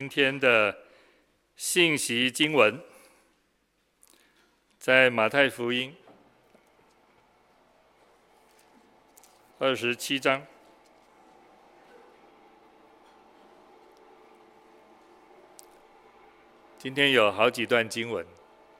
今天的信息经文在马太福音27章。今天有好几段经文，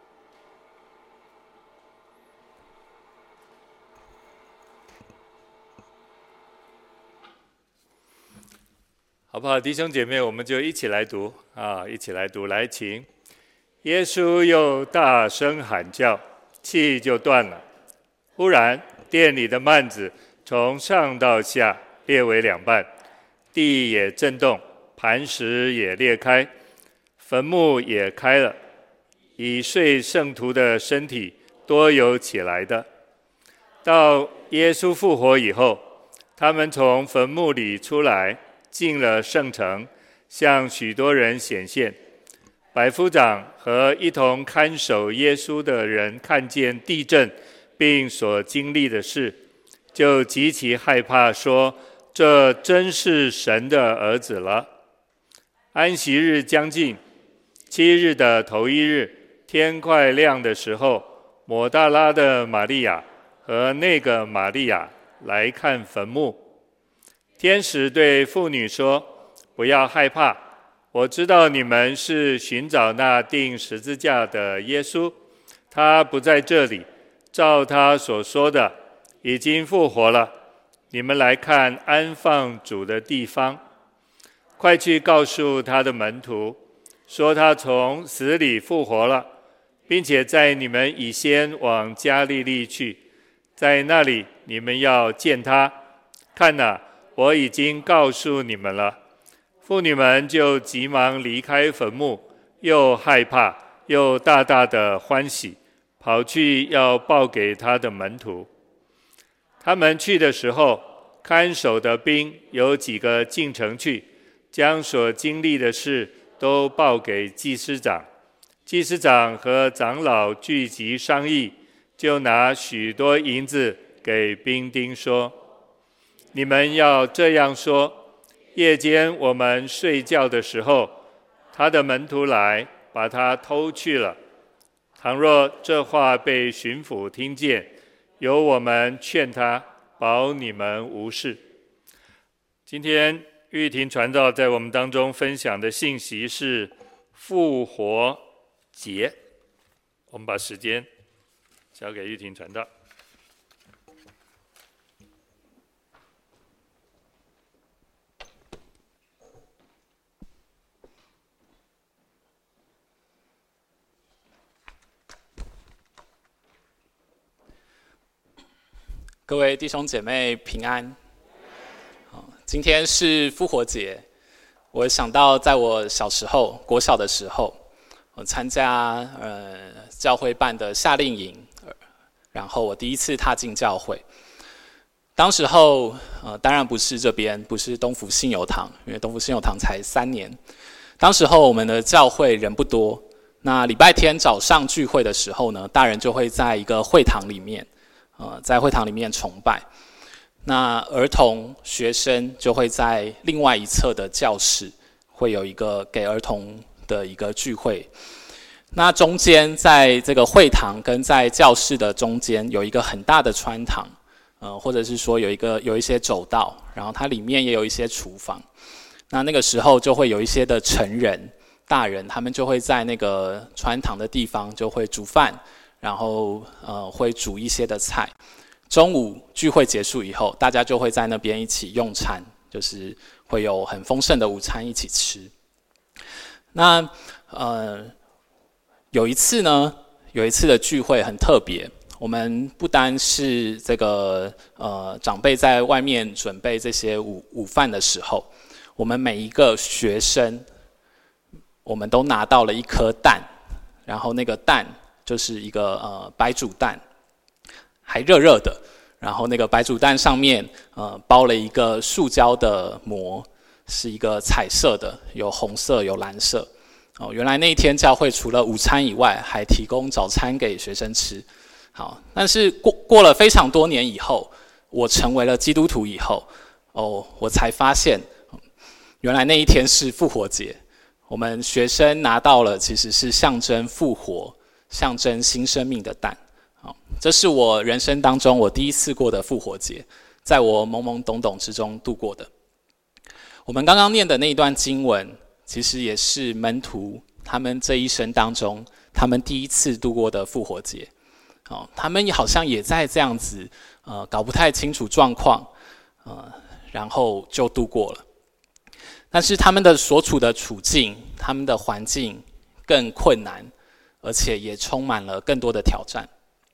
好不好？弟兄姐妹，我们就一起来读一起来读，来，请。耶稣又大声喊叫，气就断了。忽然，殿里的幔子从上到下裂为两半，地也震动，磐石也裂开，坟墓也开了，已睡圣徒的身体多有起来的。到耶稣复活以后，他们从坟墓里出来，进了圣城，向许多人显现。百夫长和一同看守耶稣的人看见地震并所经历的事，就极其害怕，说：这真是神的儿子了。安息日将近，7日的头1日，天快亮的时候，抹大拉的玛利亚和那个玛利亚来看坟墓。天使对妇女说：不要害怕，我知道你们是寻找那钉十字架的耶稣，他不在这里，照他所说的，已经复活了。你们来看安放主的地方。快去告诉他的门徒，说他从死里复活了，并且在你们以先往加利利去，在那里你们要见他。看哪，我已经告诉你们了。妇女们就急忙离开坟墓，又害怕又大大的欢喜，跑去要报给他的门徒。他们去的时候，看守的兵有几个进城去，将所经历的事都报给祭司长。祭司长和长老聚集商议，就拿许多银子给兵丁说：你们要这样说，夜间我们睡觉的时候，他的门徒来把他偷去了。倘若这话被巡抚听见，由我们劝他，保你们无事。今天玉婷传道在我们当中分享的信息是复活节。我们把时间交给玉婷传道。 各位弟兄姐妹平安。今天是复活节，我想到在我小时候，国小的时候，我参加教会办的夏令营，然后我第一次踏进教会。当时候当然不是这边，不是东福信友堂，因为东福信友堂才3年。当时候我们的教会人不多，那礼拜天早上聚会的时候呢，大人就会在一个会堂里面。在会堂里面崇拜，那儿童学生就会在另外一侧的教室，会有一个给儿童的一个聚会。那中间在这个会堂跟在教室的中间有一个很大的穿堂，或者是说有一些走道，然后它里面也有一些厨房。那个时候就会有一些的成人大人，他们就会在那个穿堂的地方就会煮饭。然后会煮一些的菜，中午聚会结束以后，大家就会在那边一起用餐，就是会有很丰盛的午餐一起吃。那有一次的聚会很特别，我们不单是这个长辈在外面准备这些午饭的时候，我们每一个学生，我们都拿到了一颗蛋，然后那个蛋就是一个白煮蛋，还热热的。然后那个白煮蛋上面包了一个塑胶的膜，是一个彩色的，有红色有蓝色。原来那一天教会除了午餐以外，还提供早餐给学生吃。好，但是过了非常多年以后，我成为了基督徒以后，我才发现，原来那一天是复活节。 我们学生拿到了其实是象征复活、象征新生命的蛋。这是我人生当中我第一次过的复活节，在我懵懵懂懂之中度过的。我们刚刚念的那一段经文，其实也是门徒他们这一生当中，他们第一次度过的复活节。他们好像也在这样子，搞不太清楚状况，然后就度过了。但是他们的所处的处境，他们的环境更困难，而且也充满了更多的挑战。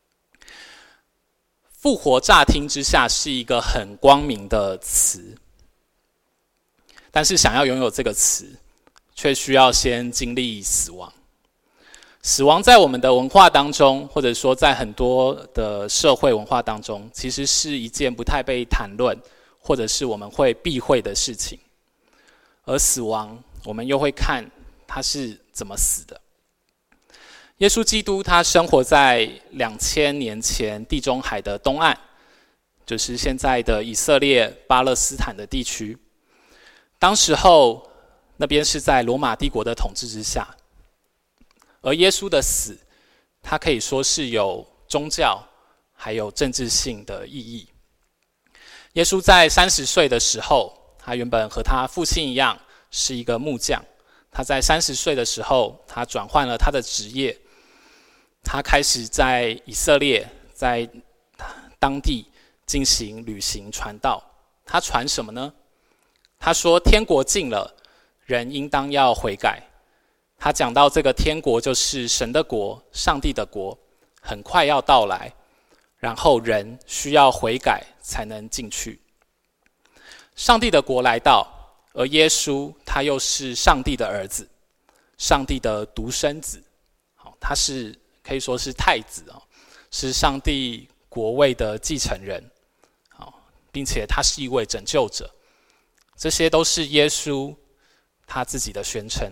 复活乍听之下是一个很光明的词，但是想要拥有这个词，却需要先经历死亡。死亡在我们的文化当中，或者说在很多的社会文化当中，其实是一件不太被谈论，或者是我们会避讳的事情。而死亡，我们又会看他是怎么死的。耶稣基督他生活在2000年前地中海的东岸，就是现在的以色列巴勒斯坦的地区。当时候那边是在罗马帝国的统治之下，而耶稣的死，他可以说是有宗教还有政治性的意义。耶稣在30岁的时候，他原本和他父亲一样是一个木匠。他在30岁的时候，他转换了他的职业，他开始在以色列，在当地进行旅行传道。他传什么呢？他说天国近了，人应当要悔改。他讲到这个天国就是神的国，上帝的国，很快要到来，然后人需要悔改才能进去。上帝的国来到，而耶稣他又是上帝的儿子，上帝的独生子，他是可以说是太子，是上帝国位的继承人，并且他是一位拯救者。这些都是耶稣他自己的宣称。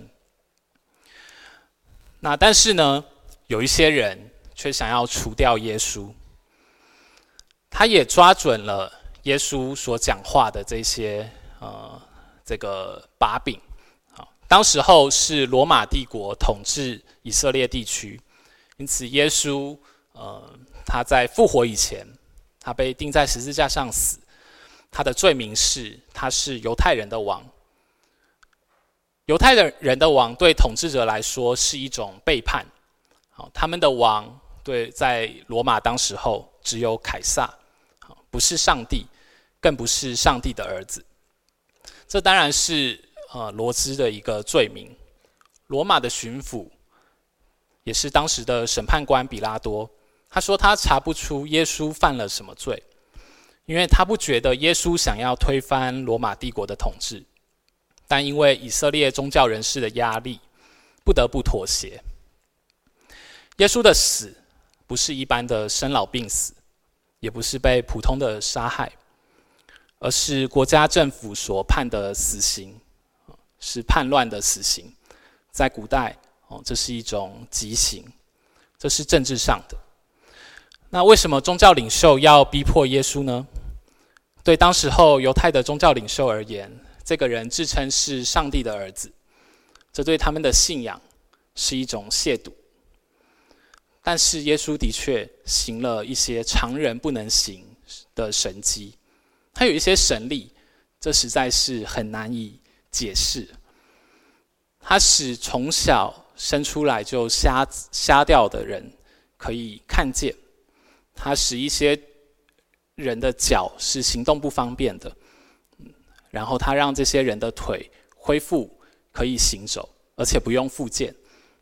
那但是呢，有一些人却想要除掉耶稣，他也抓准了耶稣所讲话的这些这个把柄。当时候是罗马帝国统治以色列地区，因此耶稣他在复活以前，他被钉在十字架上死，他的罪名是他是犹太人的王。犹太人的王对统治者来说是一种背叛，他们的王在罗马当时候只有凯撒，不是上帝，更不是上帝的儿子。这当然是罗兹的一个罪名。罗马的巡抚也是当时的审判官比拉多，他说他查不出耶稣犯了什么罪，因为他不觉得耶稣想要推翻罗马帝国的统治，但因为以色列宗教人士的压力，不得不妥协。耶稣的死不是一般的生老病死，也不是被普通的杀害，而是国家政府所判的死刑，是叛乱的死刑。在古代，这是一种极刑，这是政治上的。那为什么宗教领袖要逼迫耶稣呢？对当时候犹太的宗教领袖而言，这个人自称是上帝的儿子，这对他们的信仰是一种亵渎。但是耶稣的确行了一些常人不能行的神迹，他有一些神力，这实在是很难以解释。他使从小生出来就瞎掉的人可以看见，他使一些人的脚是行动不方便的，然后他让这些人的腿恢复可以行走，而且不用复健。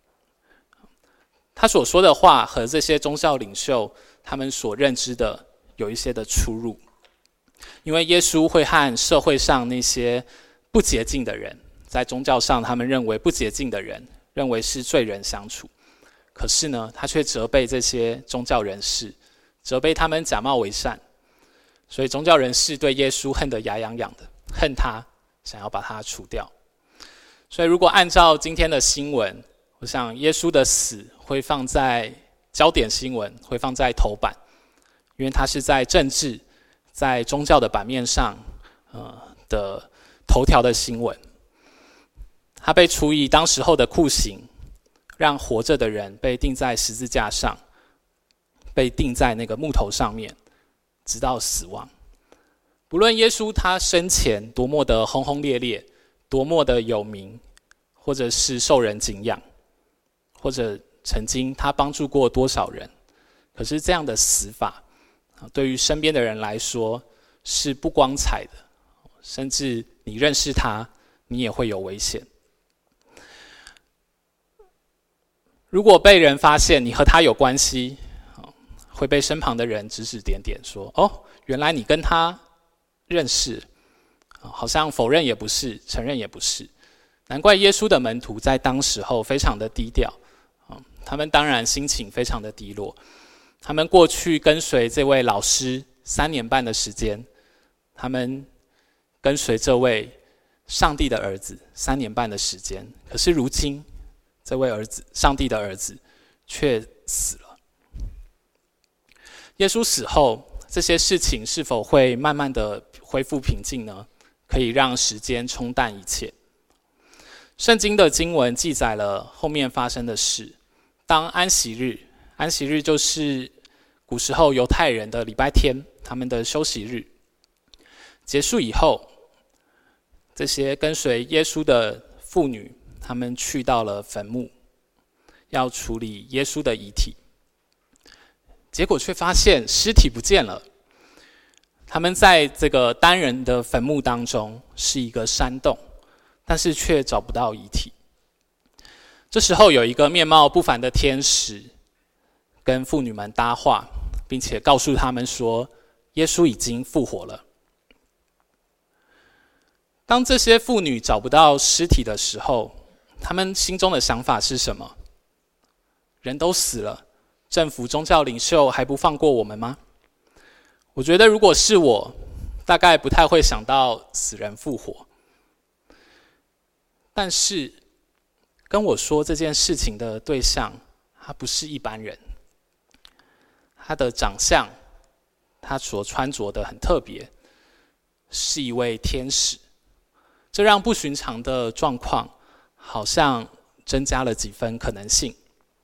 他所说的话和这些宗教领袖他们所认知的有一些的出入，因为耶稣会和社会上那些不洁净的人，在宗教上他们认为不洁净的人，认为是罪人相处。可是呢，他却责备这些宗教人士，责备他们假冒为善。所以宗教人士对耶稣恨得牙痒痒的，恨他，想要把他除掉。所以如果按照今天的新闻，我想耶稣的死会放在焦点新闻，会放在头版，因为他是在政治、在宗教的版面上的头条的新闻。 他被处以当时候的酷刑，让活着的人被钉在十字架上，被钉在那个木头上面，直到死亡。不论耶稣他生前多么的轰轰烈烈，多么的有名，或者是受人敬仰，或者曾经他帮助过多少人，可是这样的死法对于身边的人来说是不光彩的，甚至你认识他，你也会有危险。如果被人发现你和他有关系，会被身旁的人指指点点说，哦，原来你跟他认识，好像否认也不是，承认也不是。难怪耶稣的门徒在当时候非常的低调，他们当然心情非常的低落。他们过去跟随这位老师3年半的时间，他们跟随这位上帝的儿子3年半的时间，可是如今这位儿子，上帝的儿子却死了。耶稣死后，这些事情是否会慢慢的恢复平静呢？可以让时间冲淡一切。圣经的经文记载了后面发生的事。当安息日就是古时候犹太人的礼拜天，他们的休息日结束以后，这些跟随耶稣的妇女，他们去到了坟墓，要处理耶稣的遗体。结果却发现尸体不见了。他们在这个单人的坟墓当中是一个山洞，但是却找不到遗体。这时候有一个面貌不凡的天使跟妇女们搭话，并且告诉他们说，耶稣已经复活了。当这些妇女找不到尸体的时候，他们心中的想法是什么？人都死了，政府宗教领袖还不放过我们吗？我觉得如果是我，大概不太会想到死人复活。但是跟我说这件事情的对象，他不是一般人，他的长相，他所穿着的很特别，是一位天使。这让不寻常的状况好像增加了几分可能性。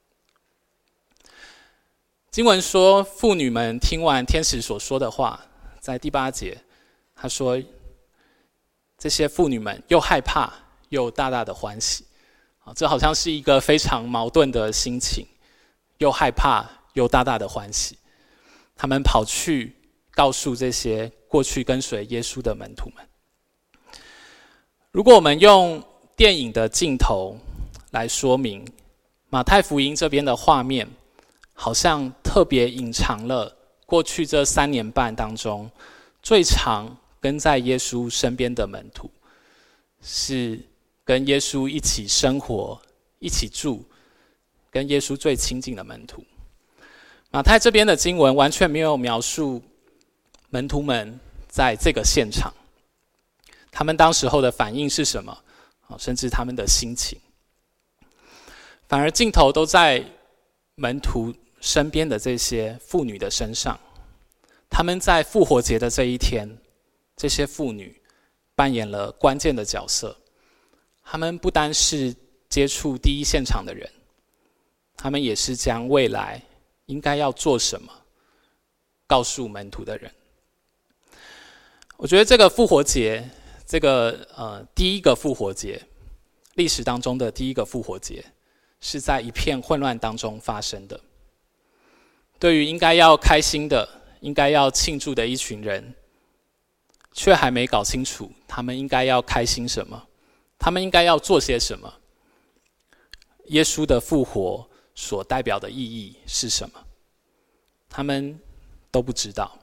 经文说，妇女们听完天使所说的话，在第8节，他说，这些妇女们又害怕又大大的欢喜。这好像是一个非常矛盾的心情，又害怕又大大的欢喜。他们跑去告诉这些过去跟随耶稣的门徒们。如果我们用电影的镜头来说明，马太福音这边的画面好像特别隐藏了过去这3年半当中最常跟在耶稣身边的门徒，是跟耶稣一起生活、一起住、跟耶稣最亲近的门徒。马太这边的经文完全没有描述门徒们在这个现场，他们当时候的反应是什么，甚至他们的心情。反而镜头都在门徒身边的这些妇女的身上。他们在复活节的这一天，这些妇女扮演了关键的角色。他们不单是接触第一现场的人，他们也是将未来应该要做什么告诉门徒的人。我觉得这个复活节，这个第一个复活节，历史当中的第一个复活节，是在一片混乱当中发生的。对于应该要开心的、应该要庆祝的一群人，却还没搞清楚他们应该要开心什么，他们应该要做些什么。耶稣的复活所代表的意义是什么？他们都不知道。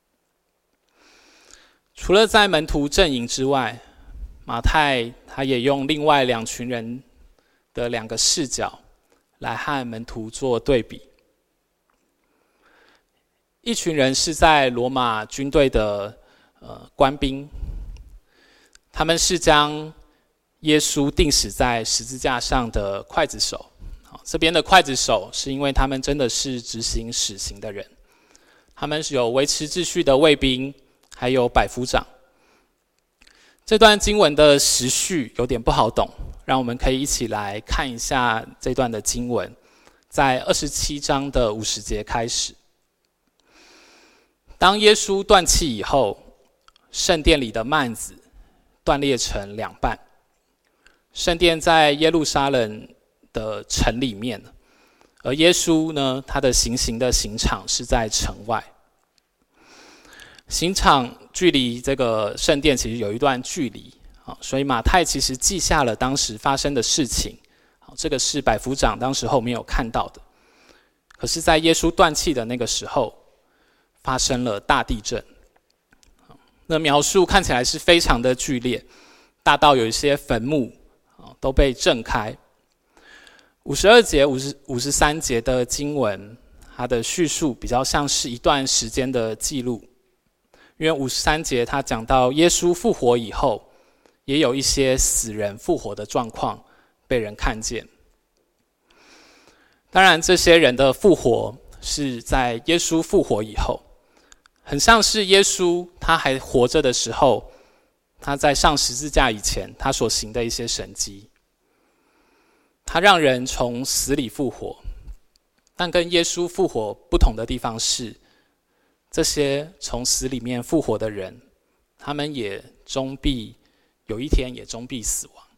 除了在门徒阵营之外，马太他也用另外2群人的2个视角来和门徒做对比。一群人是在罗马军队的官兵，他们是将耶稣钉死在十字架上的刽子手。这边的刽子手是因为他们真的是执行死刑的人，他们是有维持秩序的卫兵，还有百夫长。这段经文的时序有点不好懂， 让我们可以一起来看一下这段的经文，在27章的50节开始。当耶稣断气以后，圣殿里的幔子断裂成两半。圣殿在耶路撒冷的城里面，而耶稣呢，他的行刑的刑场是在城外。刑场距离这个圣殿其实有一段距离，所以马太其实记下了当时发生的事情。这个是百夫长当时候没有看到的。可是在耶稣断气的那个时候，发生了大地震。那描述看起来是非常的剧烈，大到有一些坟墓都被震开。52节、53节的经文，它的叙述比较像是一段时间的记录。因为53节他讲到耶稣复活以后，也有一些死人复活的状况被人看见。当然这些人的复活是在耶稣复活以后，很像是耶稣他还活着的时候，他在上十字架以前他所行的一些神迹。他让人从死里复活，但跟耶稣复活不同的地方是，这些从死里面复活的人，他们也终必有一天也终必死亡。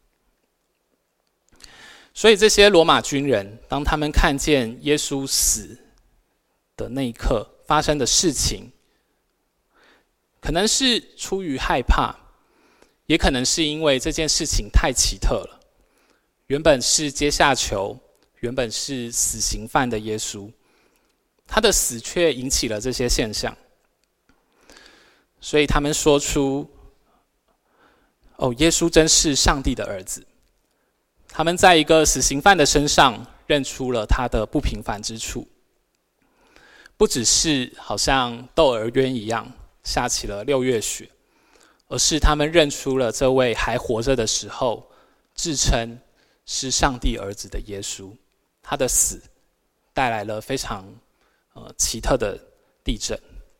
所以这些罗马军人，当他们看见耶稣死的那一刻发生的事情，可能是出于害怕，也可能是因为这件事情太奇特了。原本是阶下囚，原本是死刑犯的耶稣，他的死却引起了这些现象。所以他们说出，耶稣真是上帝的儿子。他们在一个死刑犯的身上认出了他的不平凡之处，不只是好像窦娥冤一样下起了6月雪，而是他们认出了这位还活着的时候自称是上帝儿子的耶稣。他的死带来了非常奇特的地震。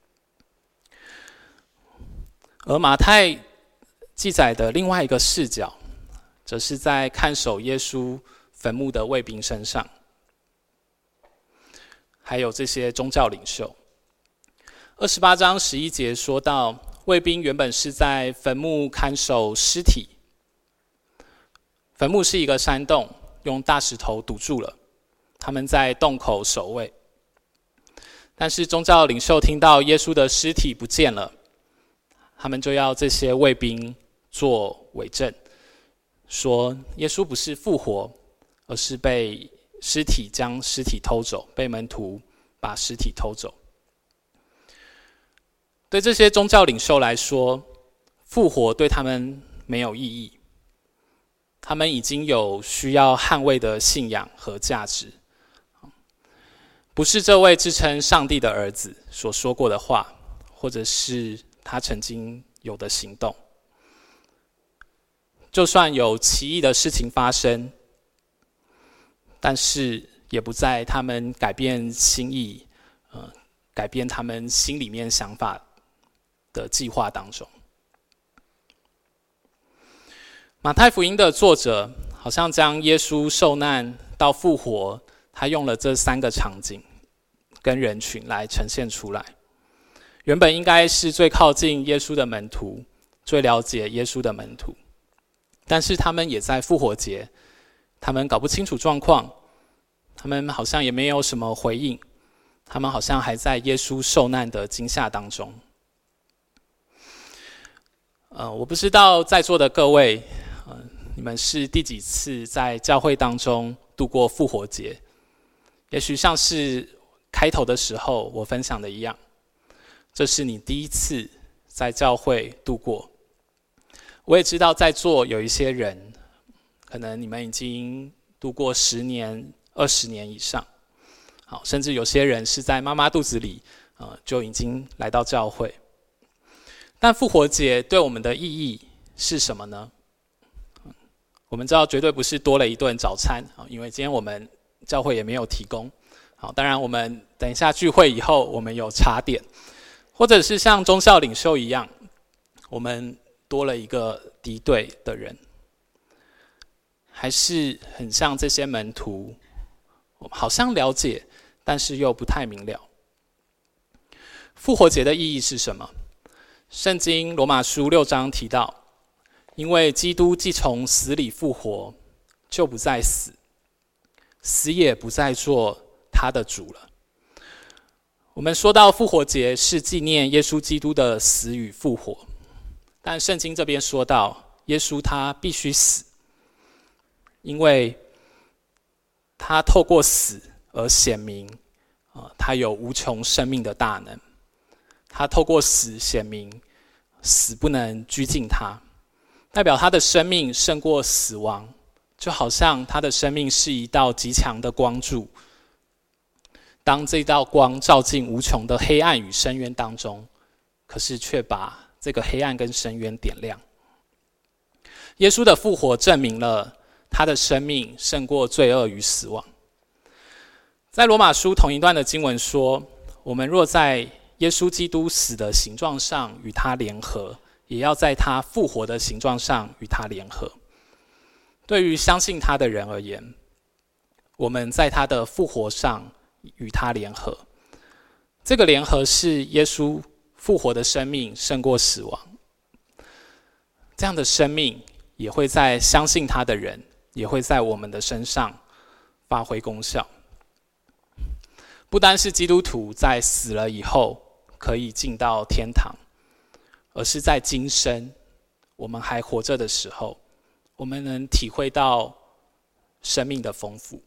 而马太记载的另外一个视角，则是在看守耶稣坟墓的卫兵身上，还有这些宗教领袖。28章11节说到，卫兵原本是在坟墓看守尸体，坟墓是一个山洞，用大石头堵住了，他们在洞口守卫。但是宗教领袖听到耶稣的尸体不见了，他们就要这些卫兵做伪证，说耶稣不是复活，而是被将尸体偷走，被门徒把尸体偷走。对这些宗教领袖来说，复活对他们没有意义，他们已经有需要捍卫的信仰和价值，不是这位自称上帝的儿子所说过的话，或者是他曾经有的行动。就算有奇异的事情发生，但是也不在他们改变心意，改变他们心里面想法的计划当中。马太福音的作者好像将耶稣受难到复活，他用了这3个场景跟人群来呈现出来。原本应该是最靠近耶稣的门徒，最了解耶稣的门徒，但是他们也在复活节，他们搞不清楚状况，他们好像也没有什么回应，他们好像还在耶稣受难的惊吓当中。我不知道在座的各位，你们是第几次在教会当中度过复活节？也许像是开头的时候我分享的一样，这是你第一次在教会度过。我也知道在座有一些人，可能你们已经度过10年、20年以上，甚至有些人是在妈妈肚子里就已经来到教会。但复活节对我们的意义是什么呢？我们知道绝对不是多了一顿早餐，因为今天我们教会也没有提供。当然我们等一下聚会以后我们有茶点，或者是像宗教领袖一样，我们多了一个敌对的人。 还是很像这些门徒，好像了解，但是又不太明了。复活节的意义是什么？圣经罗马书6章提到，因为基督既从死里复活，就不再死，死也不再做他的主了。我们说到复活节是纪念耶稣基督的死与复活，但圣经这边说到，耶稣他必须死，因为他透过死而显明，他有无穷生命的大能。他透过死显明，死不能拘禁他，代表他的生命胜过死亡，就好像他的生命是一道极强的光柱。当这道光照进无穷的黑暗与深渊当中，可是却把这个黑暗跟深渊点亮。耶稣的复活证明了他的生命胜过罪恶与死亡。在罗马书同一段的经文说，我们若在耶稣基督死的形状上与他联合，也要在他复活的形状上与他联合。对于相信他的人而言，我们在他的复活上与他联合。这个联合是耶稣复活的生命胜过死亡。这样的生命也会在相信他的人，也会在我们的身上发挥功效。不单是基督徒在死了以后可以进到天堂，而是在今生我们还活着的时候，我们能体会到生命的丰富。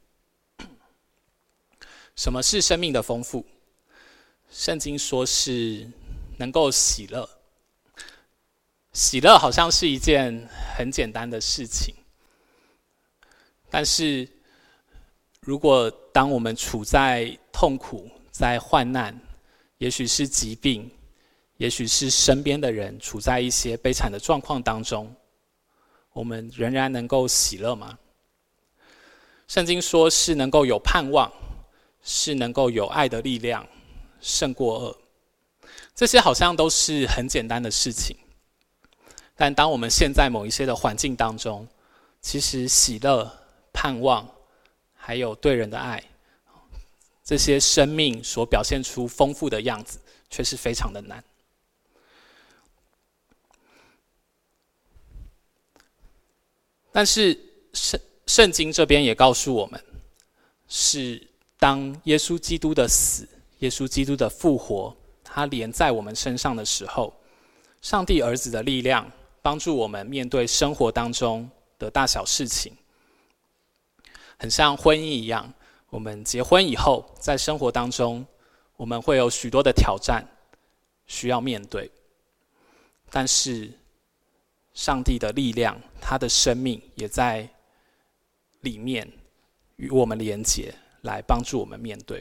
什么是生命的丰富？圣经说是能够喜乐。喜乐好像是一件很简单的事情，但是如果当我们处在痛苦、在患难，也许是疾病，也许是身边的人处在一些悲惨的状况当中，我们仍然能够喜乐吗？圣经说是能够有盼望，是能够有爱的力量胜过恶。这些好像都是很简单的事情，但当我们陷在某一些的环境当中，其实喜乐、盼望还有对人的爱，这些生命所表现出丰富的样子却是非常的难。但是圣经这边也告诉我们，是当耶稣基督的死、耶稣基督的复活，他连在我们身上的时候，上帝儿子的力量帮助我们面对生活当中的大小事情。很像婚姻一样，我们结婚以后，在生活当中我们会有许多的挑战需要面对，但是上帝的力量，他的生命也在里面与我们连结，来帮助我们面对。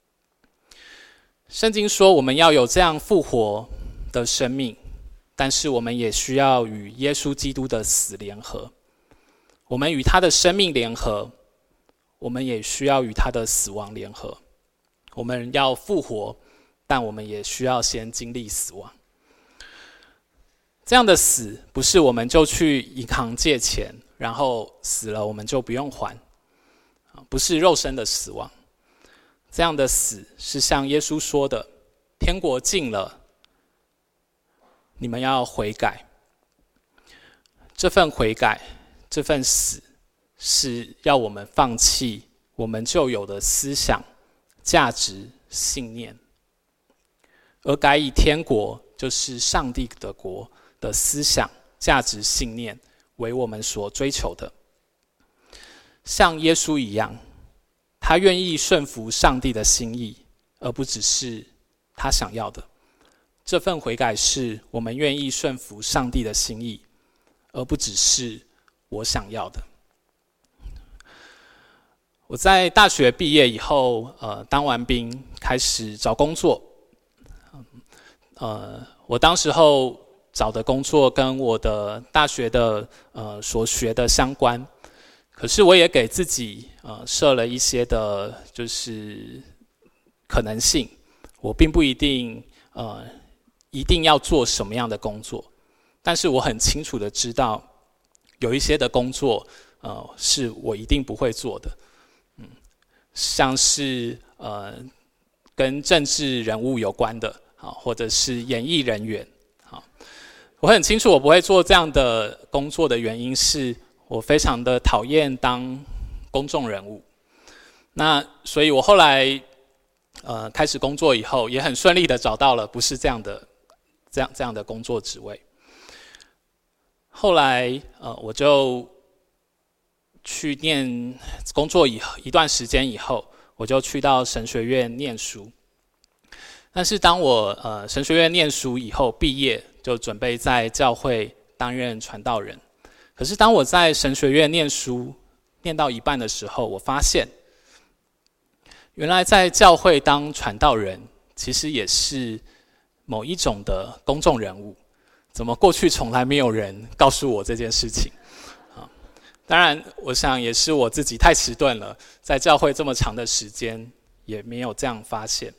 圣经说我们要有这样复活的生命，但是我们也需要与耶稣基督的死联合。我们与他的生命联合，我们也需要与他的死亡联合。我们要复活，但我们也需要先经历死亡。这样的死不是我们就去银行借钱，然后死了我们就不用还，不是肉身的死亡。这样的死是像耶稣说的，天国近了，你们要悔改。这份悔改，这份死，是要我们放弃我们旧有的思想、价值、信念，而改以天国，就是上帝的国的思想、价值、信念为我们所追求的。像耶稣一样，他愿意顺服上帝的心意，而不只是他想要的。这份悔改是我们愿意顺服上帝的心意，而不只是我想要的。我在大学毕业以后，当完兵开始找工作。我当时候找的工作跟我的大学的所学的相关，可是我也给自己设了一些的，就是可能性。我并不一定要做什么样的工作，但是我很清楚的知道，有一些的工作是我一定不会做的。像是跟政治人物有关的，或者是演艺人员。我很清楚我不会做这样的工作的原因是我非常的讨厌当公众人物。那所以我后来开始工作以后，也很顺利的找到了不是这样的工作职位。后来我就去工作一段时间以后，我就去到神学院念书。但是当我神学院念书以后毕业，就准备在教会担任传道人。可是当我在神学院念书念到一半的时候，我发现原来在教会当传道人其实也是某一种的公众人物。怎么过去从来没有人告诉我这件事情？当然我想也是我自己太迟钝了，在教会这么长的时间也没有这样发现。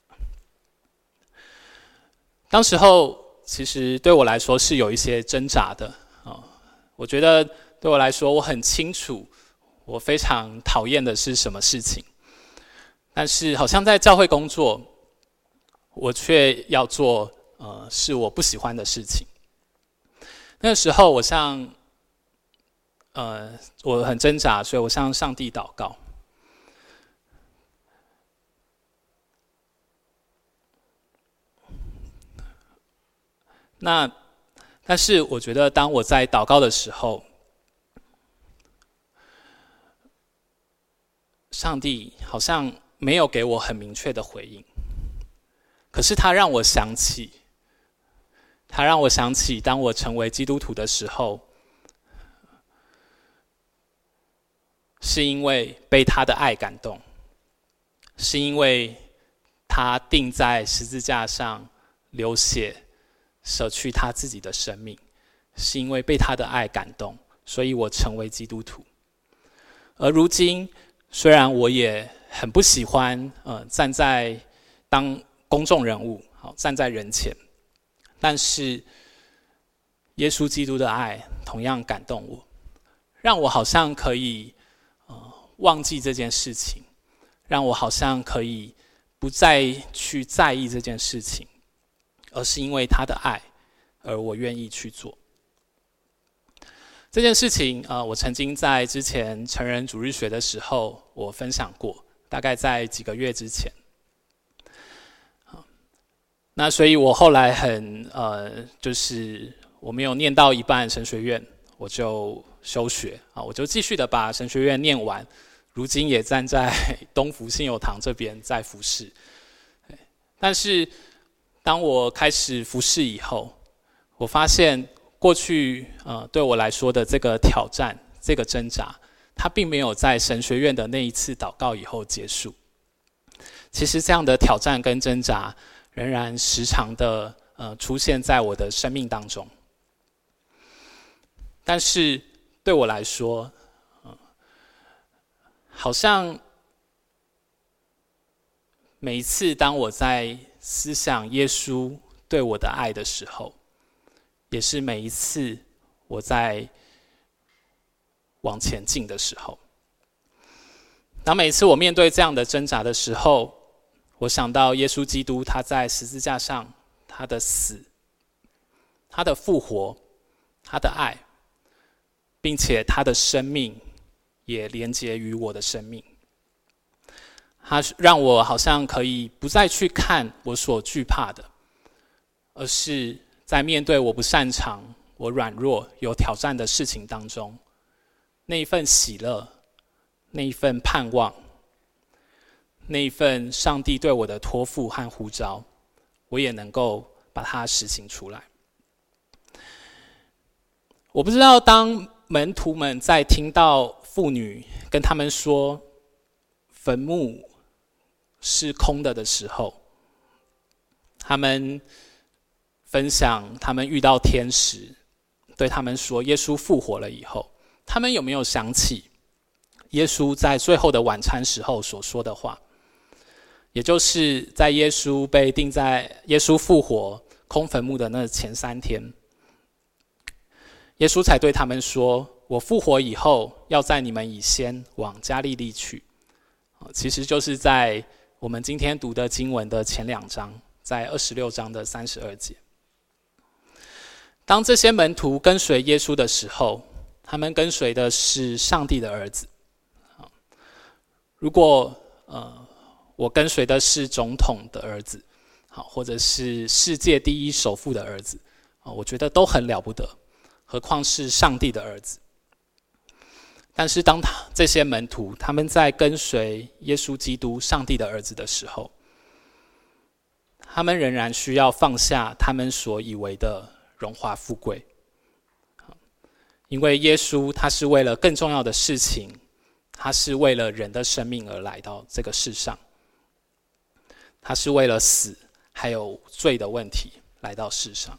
当时候其实对我来说是有一些挣扎的。我觉得对我来说，我很清楚我非常讨厌的是什么事情，但是好像在教会工作，我却要做是我不喜欢的事情。那个时候我我很挣扎，所以我向上帝祷告。但是我觉得当我在祷告的时候，上帝好像没有给我很明确的回应。可是他让我想起当我成为基督徒的时候，是因为被他的爱感动，是因为他钉在十字架上流血舍去他自己的生命，是因为被他的爱感动，所以我成为基督徒。而如今虽然我也很不喜欢站在当公众人物，站在人前，但是耶稣基督的爱同样感动我，让我好像可以忘记这件事情，让我好像可以不再去在意这件事情，而是因为他的爱而我愿意去做。这件事情我曾经在之前成人主日学的时候我分享过，大概在几个月之前。那所以我后来就是我没有念到一半神学院，我就休学，我就继续的把神学院念完，如今也站在东福信友堂这边在服侍。但是当我开始服侍以后，我发现过去对我来说的这个挑战，这个挣扎，它并没有在神学院的那一次祷告以后结束。其实这样的挑战跟挣扎仍然时常的出现在我的生命当中。但是对我来说，好像每一次当我在思想耶稣对我的爱的时候，也是每一次我在往前进的时候。当每一次我面对这样的挣扎的时候，我想到耶稣基督他在十字架上他的死，他的复活，他的爱，并且他的生命也连结于我的生命。他让我好像可以不再去看我所惧怕的，而是在面对我不擅长、我软弱、有挑战的事情当中，那一份喜乐，那一份盼望，那一份上帝对我的托付和呼召，我也能够把它实行出来。我不知道当门徒们在听到妇女跟他们说坟墓是空的时候，他们分享他们遇到天使对他们说耶稣复活了以后，他们有没有想起耶稣在最后的晚餐时候所说的话？也就是在耶稣被钉在耶稣复活空坟墓的那前3天，耶稣才对他们说， 我复活以后，要在你们以先往加利利去。其实就是在我们今天读的经文的前2章，在26章的32节。当这些门徒跟随耶稣的时候，他们跟随的是上帝的儿子。如果我跟随的是总统的儿子，或者是世界第一首富的儿子，我觉得都很了不得，何况是上帝的儿子。但是当这些门徒他们在跟随耶稣基督上帝的儿子的时候，他们仍然需要放下他们所以为的荣华富贵，因为耶稣他是为了更重要的事情，他是为了人的生命而来到这个世上，他是为了死还有罪的问题来到世上。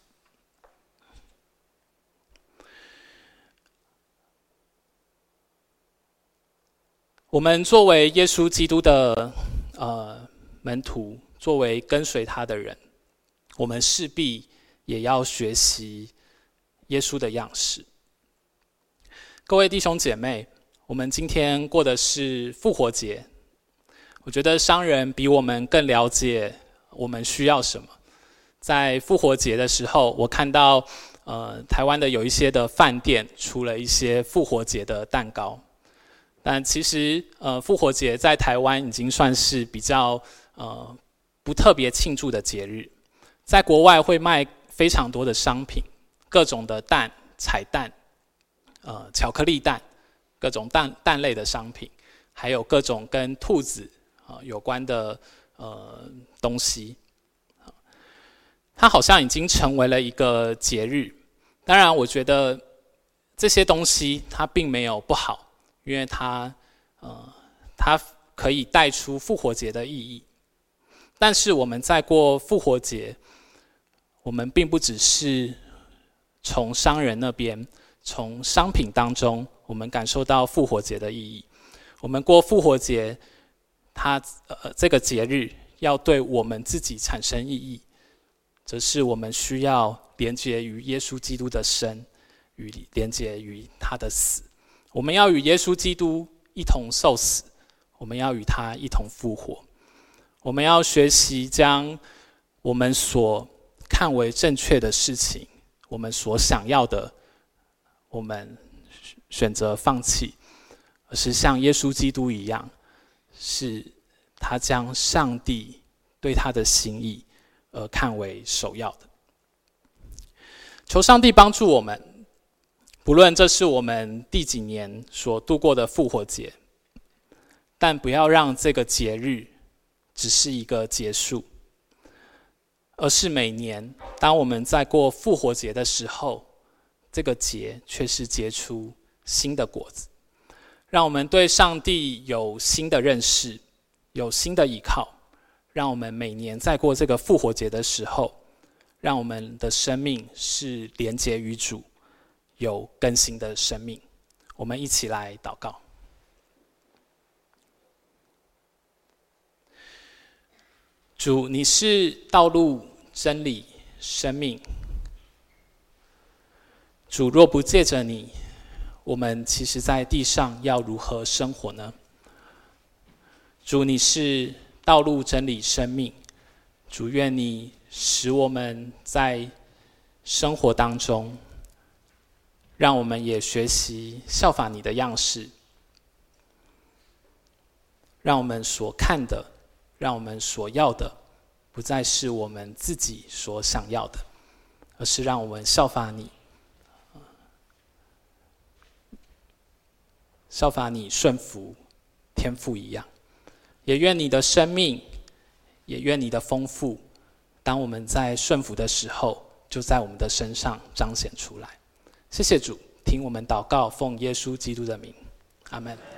我们作为耶稣基督的门徒，作为跟随他的人，我们势必也要学习耶稣的样式。各位弟兄姐妹，我们今天过的是复活节，我觉得商人比我们更了解我们需要什么。在复活节的时候，我看到台湾的有一些的饭店出了一些复活节的蛋糕。但其实复活节在台湾已经算是比较不特别庆祝的节日。在国外会卖非常多的商品，各种的蛋、彩蛋、巧克力蛋，各种蛋类的商品，还有各种跟兔子有关的东西。它好像已经成为了一个节日。当然我觉得这些东西它并没有不好，因为它可以带出复活节的意义。但是我们在过复活节，我们并不只是从商人那边，从商品当中，我们感受到复活节的意义。我们过复活节，这个节日要对我们自己产生意义，则是我们需要连结于耶稣基督的生，与连结于他的死。我们要与耶稣基督一同受死，我们要与他一同复活。我们要学习将我们所看为正确的事情，我们所想要的，我们选择放弃，而是像耶稣基督一样，是他将上帝对他的心意而看为首要的。求上帝帮助我们，不论这是我们第几年所度过的复活节，但不要让这个节日只是一个结束，而是每年当我们在过复活节的时候，这个节却是结出新的果子，让我们对上帝有新的认识，有新的依靠，让我们每年在过这个复活节的时候，让我们的生命是连结于主，有更新的生命。我们一起来祷告。主，你是道路、真理、生命。主，若不借着你，我们其实在地上要如何生活呢？主，你是道路、真理、生命。主，愿你使我们在生活当中，让我们也学习效法你的样式，让我们所看的，让我们所要的，不再是我们自己所想要的，而是让我们效法你，效法你顺服天父一样。也愿你的生命，也愿你的丰富，当我们在顺服的时候，就在我们的身上彰显出来。谢谢主，听我们祷告，奉耶稣基督的名，阿们。